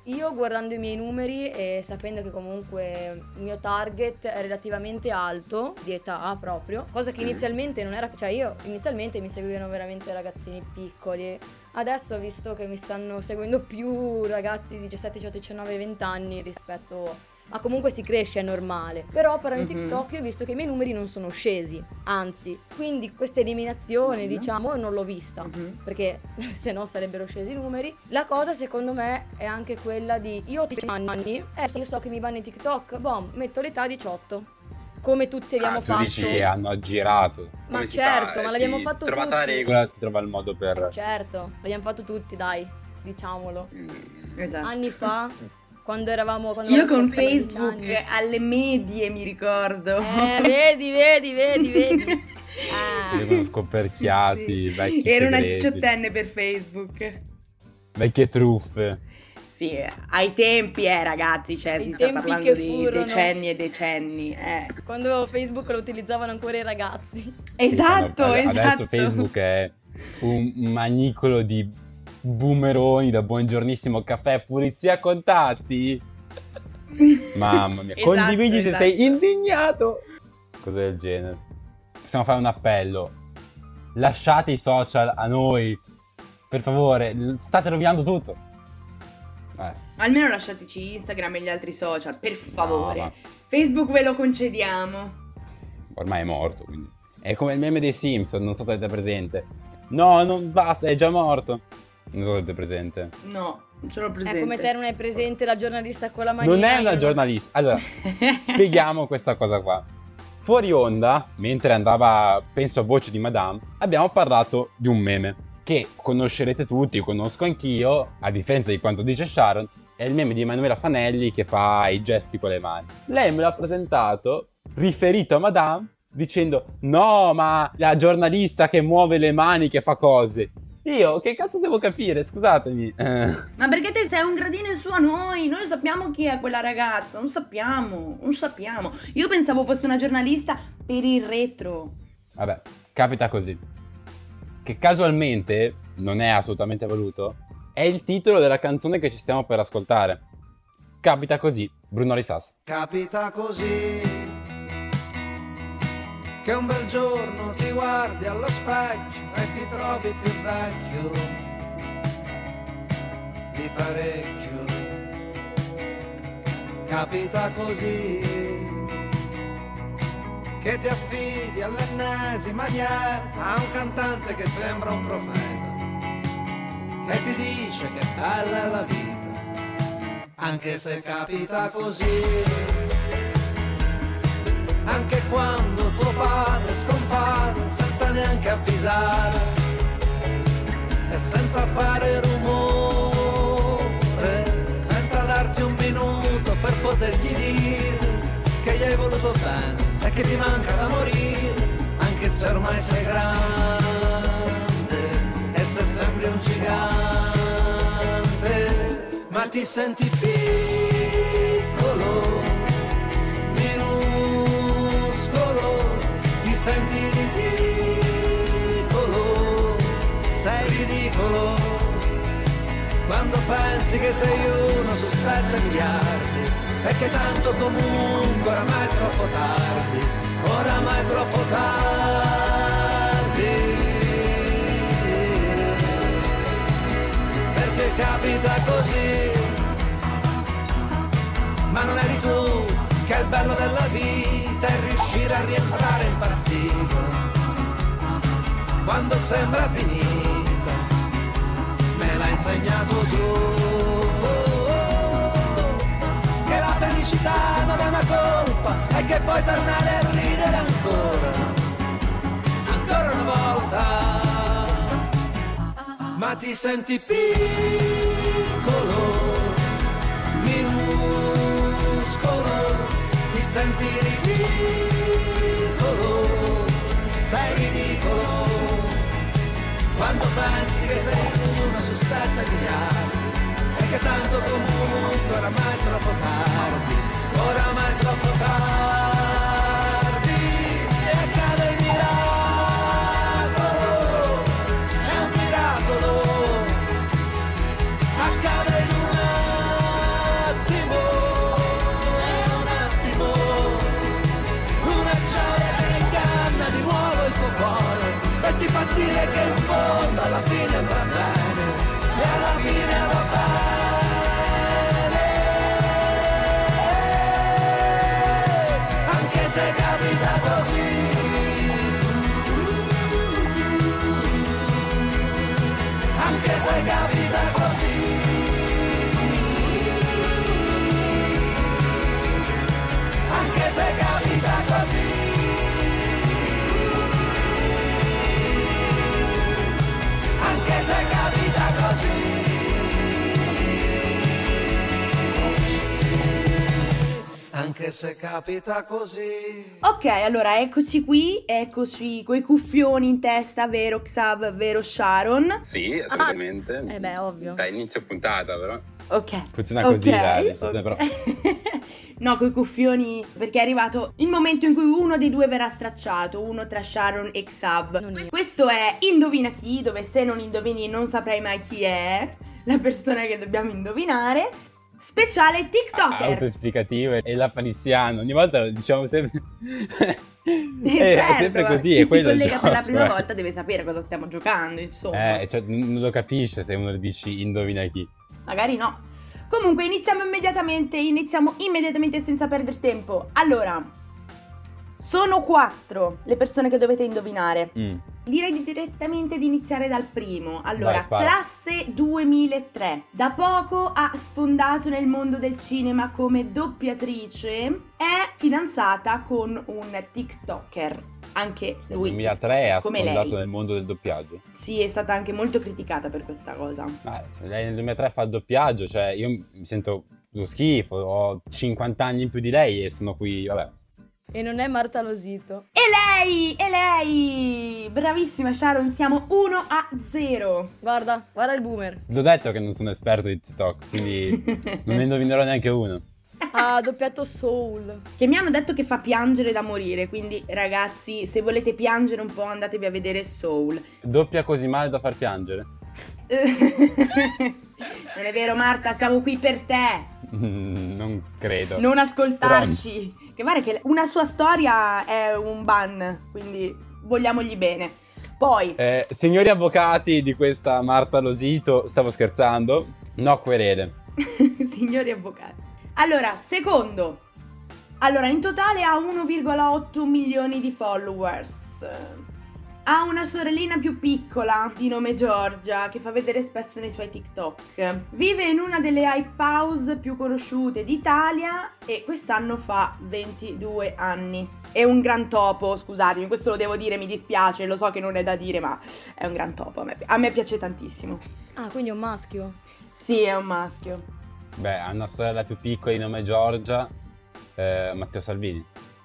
Io guardando i miei numeri e sapendo che comunque il mio target è relativamente alto, di età proprio, cosa che inizialmente non era, cioè io inizialmente mi seguivano veramente ragazzini piccoli, adesso visto che mi stanno seguendo più ragazzi di diciassette, diciotto, diciannove, venti anni rispetto... Ma comunque si cresce, è normale. Però però in TikTok io ho visto che i miei numeri non sono scesi, anzi, quindi questa eliminazione mm-hmm. diciamo non l'ho vista, mm-hmm. perché se no sarebbero scesi i numeri. La cosa secondo me è anche quella di io ho diciannove anni, eh, io so che mi vanno in TikTok, boh, metto l'età diciotto, come tutti abbiamo ah, fatto. Tu dici che hanno aggirato. Ma come certo, ma l'abbiamo ti fatto tutti. Trovata la regola, ti trova il modo per... Certo, l'abbiamo fatto tutti, dai, diciamolo. Mm. Esatto. Anni fa... Quando eravamo quando Io eravamo con Facebook alle medie mi ricordo. Eh, vedi, vedi, vedi, vedi. Ah. Venivano scoperchiati sì, sì. vecchi Ero segreti. Una diciottenne per Facebook. Vecchie truffe. Sì, ai tempi eh ragazzi, cioè I si sta parlando di furono... decenni e decenni eh. Quando Facebook lo utilizzavano ancora i ragazzi. Esatto, sì, esatto. Adesso Facebook è un magnicolo di boomeroni da buongiornissimo caffè, pulizia contatti. Mamma mia, esatto, condividi se esatto. sei indignato. Cose del genere. Possiamo fare un appello. Lasciate i social a noi. Per favore, state rovinando tutto. Eh. Almeno lasciateci Instagram e gli altri social, per favore. No, ma... Facebook ve lo concediamo. Ormai è morto, quindi. È come il meme dei Simpson, non so se avete presente. No, non basta, è già morto. Non so se avete presente. No, non ce l'ho presente. È come te non hai presente la giornalista con la manina. Non è una non... giornalista. Allora, spieghiamo questa cosa qua. Fuori onda, mentre andava, penso a Voce di Madame, abbiamo parlato di un meme che conoscerete tutti, conosco anch'io, a differenza di quanto dice Sharon, è il meme di Emanuela Fanelli che fa i gesti con le mani. Lei me l'ha presentato, riferito a Madame, dicendo no, ma la giornalista che muove le mani, che fa cose. Io che cazzo devo capire, scusatemi. Eh. Ma perché te sei un gradino in su a noi? Noi sappiamo chi è quella ragazza, non sappiamo, non sappiamo. Io pensavo fosse una giornalista per il retro. Vabbè, capita così. Che casualmente, non è assolutamente voluto, è il titolo della canzone che ci stiamo per ascoltare. Capita così, Bruno Risas. Capita così che un bel giorno ti guardi allo specchio e ti trovi più vecchio di parecchio. Capita così che ti affidi all'ennesima dieta a un cantante che sembra un profeta, che ti dice che bella è la vita, anche se capita così. Anche quando tuo padre scompare senza neanche avvisare e senza fare rumore, senza darti un minuto per potergli dire che gli hai voluto bene e che ti manca da morire, anche se ormai sei grande e se sembri un gigante, ma ti senti piccolo, ti senti ridicolo, sei ridicolo, quando pensi che sei uno su sette miliardi, e che tanto comunque oramai è troppo tardi, oramai è troppo tardi, perché capita così, ma non eri tu che è il bello della vita è riuscire a rientrare in partito quando sembra finita, me l'hai insegnato tu, che la felicità non è una colpa e che puoi tornare a ridere ancora, ancora una volta, ma ti senti piccolo, ti senti ridicolo, sei ridicolo, quando pensi che sei uno su sette miliardi, e che tanto comunque oramai è troppo tardi, oramai è troppo tardi, e accade il miracolo, è un miracolo, accade in un dile che in fondo alla fine va bene, e alla fine va bene, anche se capita così, anche se capita così, anche se capita così, anche se capita così, anche se capita così. Ok, allora eccoci qui, eccoci coi cuffioni in testa, vero Xav, vero Sharon? Sì, assolutamente. Eh beh, ovvio. Da inizio puntata, però. Ok. Funziona così, Ok, dai, ok. però. No, coi cuffioni, perché è arrivato il momento in cui uno dei due verrà stracciato, uno tra Sharon e Xav. Non io. Questo è Indovina chi, dove se non indovini non saprai mai chi è la persona che dobbiamo indovinare. Speciale TikToker. Autoesplicative e la palissiano. Ogni volta lo diciamo sempre. Eh, è certo, sempre così, chi è si quello il collega per la gioco, prima eh. volta deve sapere cosa stiamo giocando, insomma. Eh, cioè, non lo capisce se uno le dici indovina chi. Magari no. Comunque iniziamo immediatamente, iniziamo immediatamente senza perdere tempo. Allora, sono quattro le persone che dovete indovinare. Mm. Direi di- direttamente di iniziare dal primo. Allora, Vai, spara. classe duemilatré. Da poco ha sfondato nel mondo del cinema come doppiatrice. È fidanzata con un TikToker. Anche Nel lui. duemilatré ha come sfondato lei. nel mondo del doppiaggio. Sì, è stata anche molto criticata per questa cosa. Ma se lei nel duemilatré fa il doppiaggio, cioè io mi sento lo schifo, ho cinquanta anni in più di lei e sono qui, vabbè. E non è Marta Losito. E lei, e lei! Bravissima Sharon, siamo uno a zero. Guarda, guarda il boomer. L'ho detto che non sono esperto di TikTok, quindi non ne indovinerò neanche uno. Ha doppiato Soul. Che mi hanno detto che fa piangere da morire, quindi ragazzi, se volete piangere un po' andatevi a vedere Soul. Doppia così male da far piangere? Non è vero Marta, siamo qui per te. Mm, non credo. Non ascoltarci. Che pare che una sua storia è un ban, quindi vogliamogli bene. Poi, Eh, signori avvocati di questa Marta Losito, stavo scherzando, no querele. signori avvocati. Allora, secondo. Allora, in totale ha uno virgola otto milioni di followers. Ha una sorellina più piccola di nome Giorgia che fa vedere spesso nei suoi TikTok. Vive in una delle hype house più conosciute d'Italia e quest'anno fa ventidue anni. È un gran topo, scusatemi, questo lo devo dire, mi dispiace, lo so che non è da dire, ma è un gran topo, a me, a me piace tantissimo. Ah, quindi è un maschio. Sì, è un maschio. Beh, ha una sorella più piccola di nome Giorgia, eh, Matteo Salvini.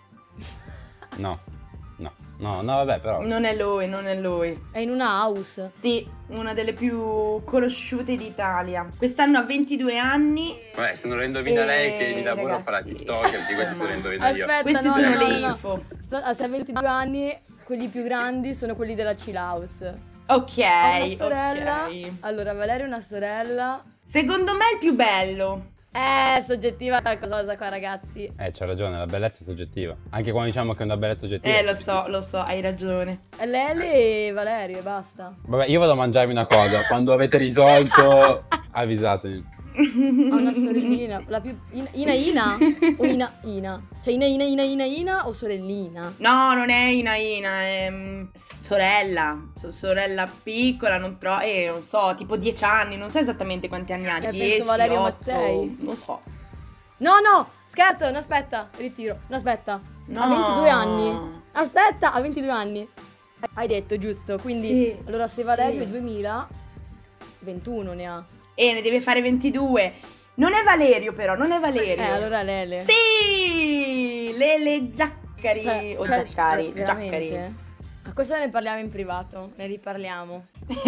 No, no, no, no, vabbè, però. Non è lui, non è lui. È in una house. Sì, una delle più conosciute d'Italia. Quest'anno ha ventidue anni. Vabbè, se non lo indovina Eh, lei che di lavoro ragazzi, farà TikTok, di questi se lo indovino io. Aspetta, Queste no, sono no, le no, no. info. Sta- Se ha ventidue anni, quelli più grandi sono quelli della chill house. Ok, Ha una sorella. ok. Allora, Valeria è una sorella. Secondo me è il più bello. Eh, soggettiva la cosa qua, ragazzi. Eh, c'ha ragione, la bellezza è soggettiva. Anche quando diciamo che è una bellezza oggettiva. Eh, lo so, lo so, hai ragione. È Lele e Valerio e basta. Vabbè, io vado a mangiarmi una cosa. Quando avete risolto, avvisatemi. Ha una sorellina, la più Ina Ina, Ina? o Ina Ina? Cioè Ina Ina Ina Ina Ina o sorellina? No, non è Ina Ina, è mm, sorella. So- sorella piccola, non tro- eh, non so, tipo dieci anni, non so esattamente quanti anni ha. Eh, penso dieci, Valerio otto, Mazzei. non so. No, no, scherzo, no, aspetta, ritiro. No, aspetta. No. Ha ventidue anni. Aspetta, ha ventidue anni. Hai detto, giusto? Quindi Sì, allora se sì. Valerio è duemila, ventuno ne ha. E ne deve fare ventidue. Non è Valerio però, non è Valerio. Eh, allora Lele. Sì! Lele Giaccari Cioè, o cioè, Giaccari, eh, veramente? Giaccari. A questo ne parliamo in privato, ne riparliamo.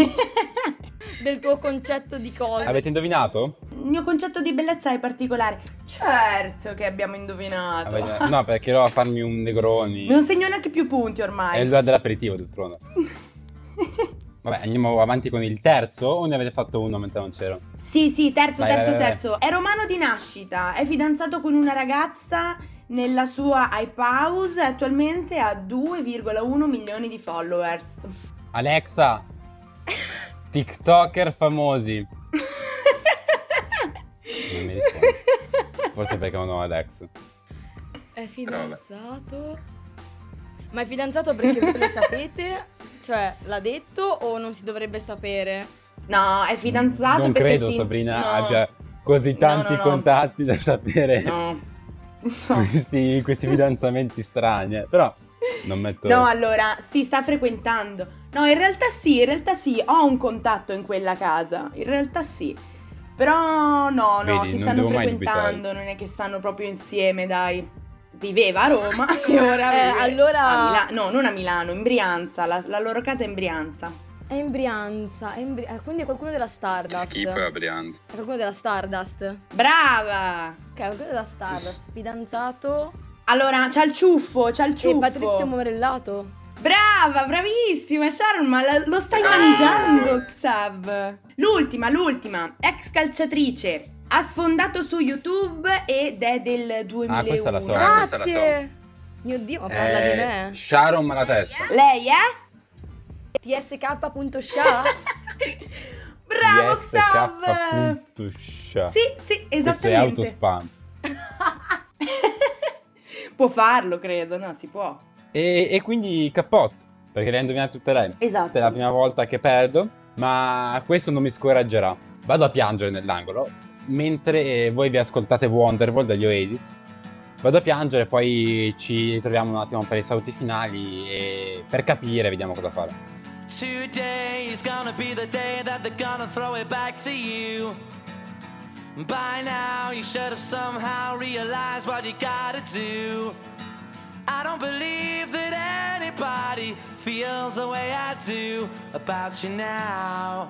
Del tuo concetto di cose. Avete indovinato? Il mio concetto di bellezza è particolare. Certo che abbiamo indovinato. Avete- No, perché ero a farmi un Negroni. Non segno neanche più punti ormai. È l'ora dell'aperitivo, d'altronde. Vabbè, andiamo avanti con il terzo o ne avete fatto uno mentre non c'ero? Sì, sì, terzo, Vai, terzo, vai, vai. terzo. È romano di nascita, è fidanzato con una ragazza nella sua hype house e attualmente ha due virgola uno milioni di followers. Alexa, TikToker famosi. Non mi risponde. Forse perché non ho Alexa. È fidanzato? Ma è fidanzato perché voi lo sapete? Cioè, l'ha detto o non si dovrebbe sapere? No, è fidanzato Non perché credo si- Sabrina no. abbia così tanti no, no. contatti da sapere No. questi, questi fidanzamenti strani, eh. Però non metto... No, allora, si sta frequentando. No, in realtà sì, in realtà sì, ho un contatto in quella casa. In realtà sì. Però no, no, Vedi, si non stanno devo mai frequentando, non è che stanno proprio insieme, dai. Viveva a Roma e ora Eh, vive allora- a Milano. No, non a Milano, in Brianza, la, la loro casa è in Brianza. È in Brianza, è in Bri- eh, quindi è qualcuno della Stardust. Schifo è a Brianza. È qualcuno della Stardust. Brava! Ok, qualcuno della Stardust. Fidanzato. Allora, c'ha il ciuffo, c'ha il ciuffo. E Patrizio Morellato. Brava, bravissima, Sharon, ma la- lo stai mangiando, Xav. L'ultima, l'ultima, ex calciatrice. Ha sfondato su YouTube ed è del duemilauno. Ah, questa la so. Grazie. Mio Dio, ma parla di Eh, me. Sharon Malatesta. Lei è? T S K.sha? Bravo, Yes, Xav. K.sha. Sì, sì, Questo è esattamente. autospam. Può farlo, credo, no, si può. E, e quindi cappotto, perché le hai indovinate tutte lei. Esatto. È la prima volta che perdo, ma questo non mi scoraggerà. Vado a piangere nell'angolo, mentre eh, voi vi ascoltate Wonderwall degli Oasis. Vado a piangere, poi ci ritroviamo un attimo per i saluti finali e per capire, vediamo cosa fare. Today is gonna be the day that they're gonna throw it back to you. By now you should have somehow realized what you gotta do. I don't believe that anybody feels the way I do about you now.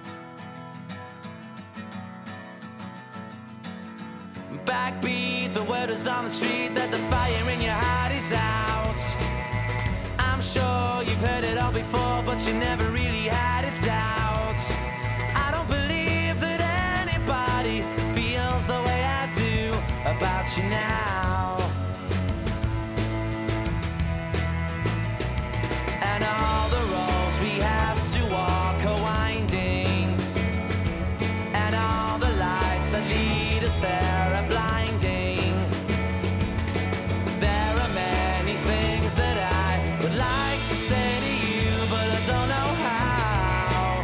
Backbeat, the word is on the street that the fire in your heart is out. I'm sure you've heard it all before, but you never really had a doubt. I don't believe that anybody feels the way I do about you now. And all the roads we have to walk are winding, and all the lights that lead us there are blinding. There are many things that I would like to say to you, but I don't know how.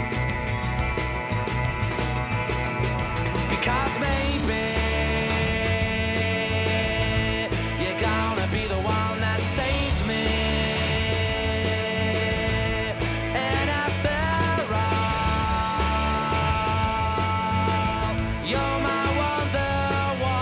Because maybe you're gonna be the one that saves me. And after all, you're my Wonderwall.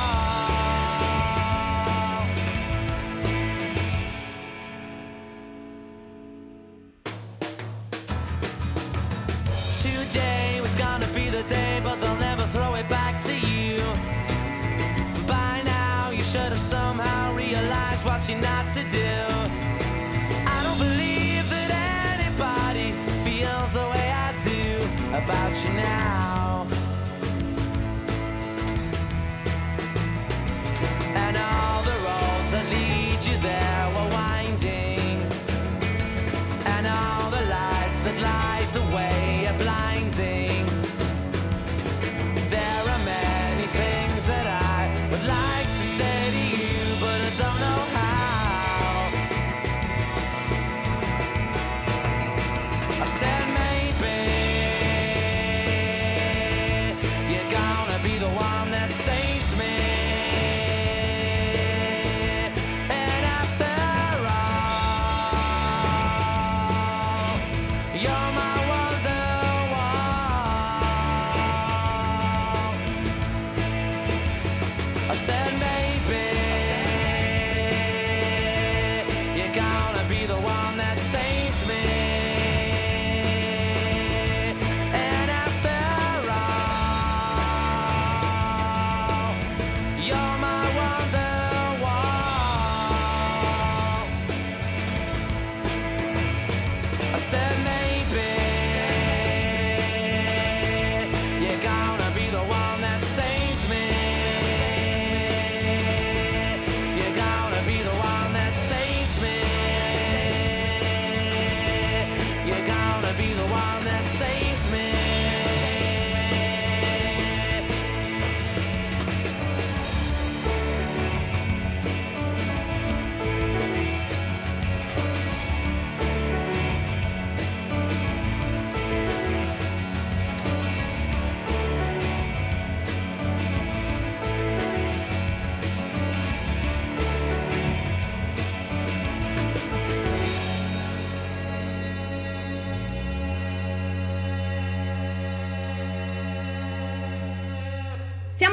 Today was gonna be the day, but they'll never throw it back to you. By now you should have somehow realized what you're not to do. I don't believe that anybody feels the way I do about you now. And all the roads that lead you there were winding, and all the lights that light the way are blinding. There are many things that I would like to say to you, but I don't know how. I said maybe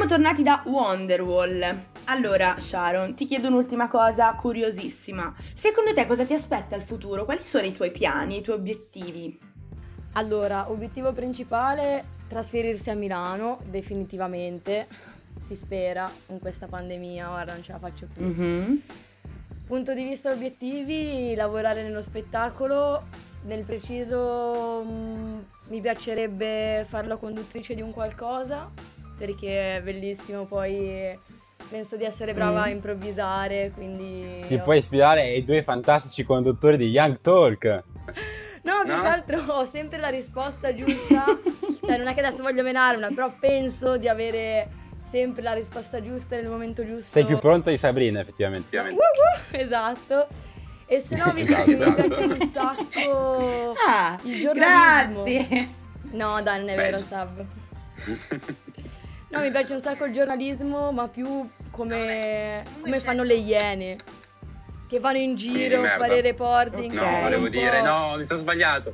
tornati da Wonderwall. Allora, Sharon, ti chiedo un'ultima cosa curiosissima. Secondo te cosa ti aspetta il futuro? Quali sono i tuoi piani, i tuoi obiettivi? Allora, obiettivo principale, trasferirsi a Milano, definitivamente. Si spera, con questa pandemia, ora non ce la faccio più. Mm-hmm. Punto di vista obiettivi, lavorare nello spettacolo. Nel preciso mh, mi piacerebbe fare la conduttrice di un qualcosa, perché è bellissimo, poi penso di essere brava Mm. a improvvisare, quindi... Ti puoi ispirare ai due fantastici conduttori di Young Talk. No, più No? che altro ho sempre la risposta giusta, cioè non è che adesso voglio menarla, però penso di avere sempre la risposta giusta nel momento giusto. Sei più pronta di Sabrina, effettivamente. Uh, uh, esatto. E se no, visto Esatto, che mi esatto. piace un sacco Ah, il giornalismo. grazie. No, dai, non è vero, Sab. No, mi piace un sacco il giornalismo, ma più come, come fanno le iene, che vanno in giro a merda. fare reporting. No, sono volevo un dire, po'- no, mi sono sbagliato.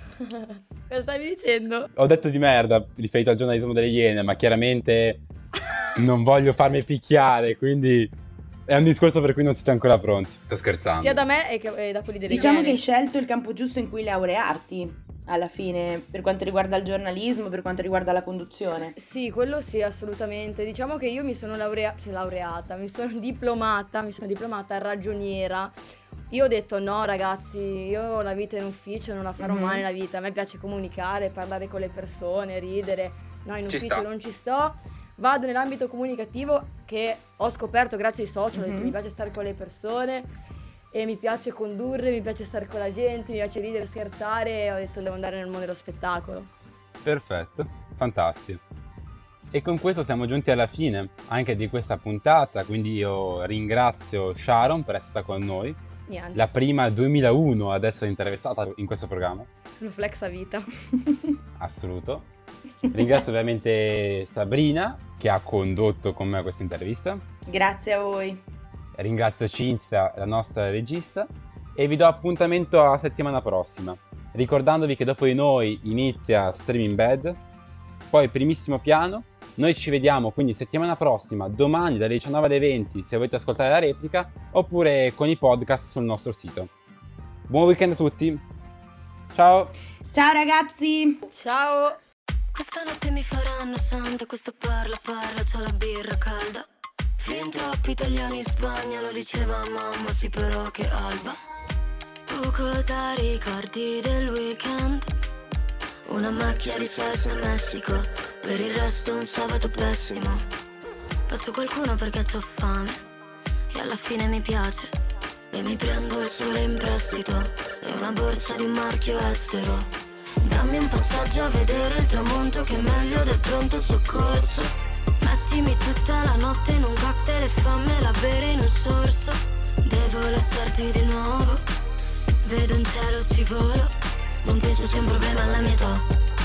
Cosa stavi dicendo? Ho detto di merda, riferito al giornalismo delle Iene, ma chiaramente non voglio farmi picchiare, quindi è un discorso per cui non siete ancora pronti. Sto scherzando. Sia da me e, che, e da quelli delle Diciamo che iene. hai scelto il campo giusto in cui laurearti, alla fine, per quanto riguarda il giornalismo, per quanto riguarda la conduzione. Sì, quello sì, assolutamente. Diciamo che io mi sono laurea- cioè, laureata, mi sono diplomata, mi sono diplomata ragioniera. Io ho detto no ragazzi, io la vita in ufficio non la farò Mhm. mai nella vita, a me piace comunicare, parlare con le persone, ridere. No, in Ci ufficio sta. non ci sto. Vado nell'ambito comunicativo che ho scoperto grazie ai social, ho detto Mhm. mi piace stare con le persone e mi piace condurre, mi piace stare con la gente, mi piace ridere, scherzare e ho detto devo andare nel mondo dello spettacolo. Perfetto, fantastico. E con questo siamo giunti alla fine anche di questa puntata, quindi io ringrazio Sharon per essere stata con noi, Niente, la prima duemilauno ad essere interessata in questo programma, un flex a vita. assoluto. Ringrazio ovviamente Sabrina che ha condotto con me questa intervista. Grazie a voi. Ringrazio Cinzia, la nostra regista, e vi do appuntamento alla settimana prossima, ricordandovi che dopo di noi inizia Streaming Bad, poi Primissimo Piano. Noi ci vediamo quindi settimana prossima, domani dalle diciannove alle venti, se volete ascoltare la replica, oppure con i podcast sul nostro sito. Buon weekend a tutti, ciao! Ciao ragazzi! Ciao! Questa notte mi faranno santa, questo parla parla, c'ho la birra calda. Fin troppi italiani in Spagna, lo diceva mamma, sì però che alba. Tu cosa ricordi del weekend? Una macchia di salsa a Messico, per il resto un sabato pessimo. Faccio qualcuno perché c'ho fame, e alla fine mi piace. E mi prendo il sole in prestito, e una borsa di un marchio estero. Dammi un passaggio a vedere il tramonto che è meglio del pronto soccorso. Mettimi tutta la notte in un cocktail e fammela bere in un sorso. Devo lasciarti di nuovo, vedo in cielo ci volo. Non penso sia un problema alla mia età.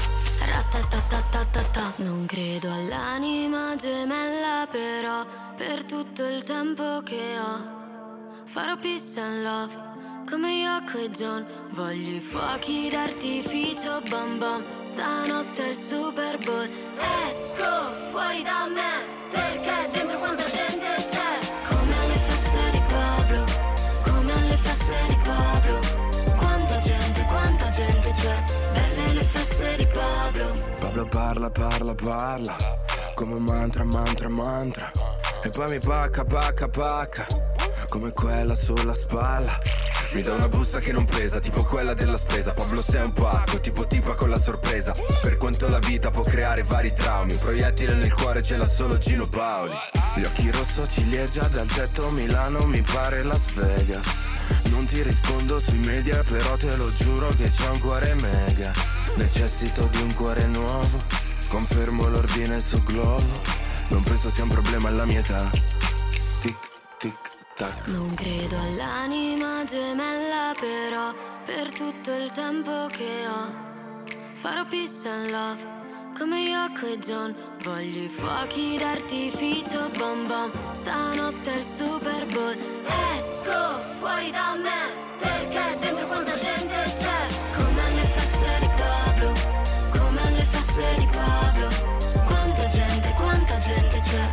Ratatatatata. Non credo all'anima gemella però, per tutto il tempo che ho farò peace and love come Yoko e John. Voglio i fuochi d'artificio bam bam. Stanotte è il Super Bowl. Esco fuori da me perché dentro quanta gente c'è. Come alle feste di Pablo, come alle feste di Pablo. Quanta gente, quanta gente c'è. Belle le feste di Pablo. Pablo parla, parla, parla, come mantra, mantra, mantra. E poi mi pacca, pacca, pacca, come quella sulla spalla. Mi dà una busta che non pesa, tipo quella della spesa. Pablo sei un pacco, tipo tipa con la sorpresa. Per quanto la vita può creare vari traumi, un proiettile nel cuore ce l'ha solo Gino Paoli. Gli occhi rosso ciliegia, dal tetto Milano mi pare Las Vegas. Non ti rispondo sui media, però te lo giuro che c'ho un cuore mega. Necessito di un cuore nuovo, confermo l'ordine su Glovo. Non penso sia un problema alla mia età. Tic, tic, tac. Non credo all'anima gemella però, per tutto il tempo che ho farò peace and love come Yoko e John. Voglio i fuochi d'artificio bam bam. Stanotte è il Super Bowl. Esco fuori da me perché dentro quanta gente c'è. Come alle feste di Pablo, come alle feste di Pablo. Quanta gente, quanta gente c'è.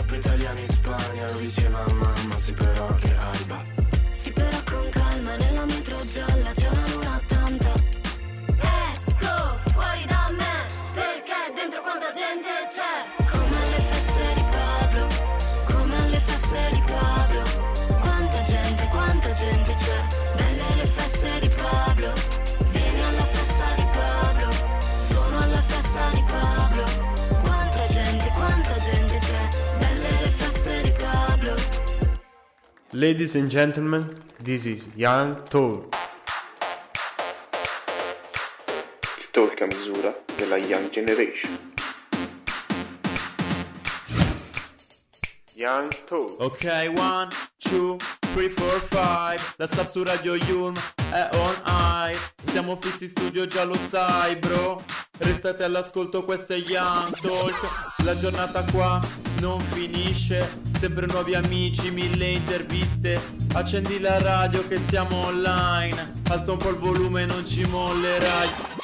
Coppa italiana in Spagna, lo diceva mamma, sì però che alba. Sì però con calma, nella metro gialla c'è una luna tanta. Esco fuori da me, perché dentro quanta gente c'è. Come alle feste di Pablo, come alle feste di Pablo. Quanta gente, quanta gente c'è. Belle le feste di Pablo. Vieni alla festa di Pablo, sono alla festa di Pablo. Quanta gente, quanta gente c'è. Belle le feste di Pablo. Ladies and gentlemen, this is Young Talk. Il talk a misura della Young Generation. Young Talk. Ok, one, two, three, four, five. La Sub su Radio Yulm è on air. Siamo fissi in studio, già lo sai, bro. Restate all'ascolto, questo è Young Talk. La giornata qua non finisce. Sempre nuovi amici, mille interviste. Accendi la radio che siamo online. Alza un po' il volume, non ci mollerai.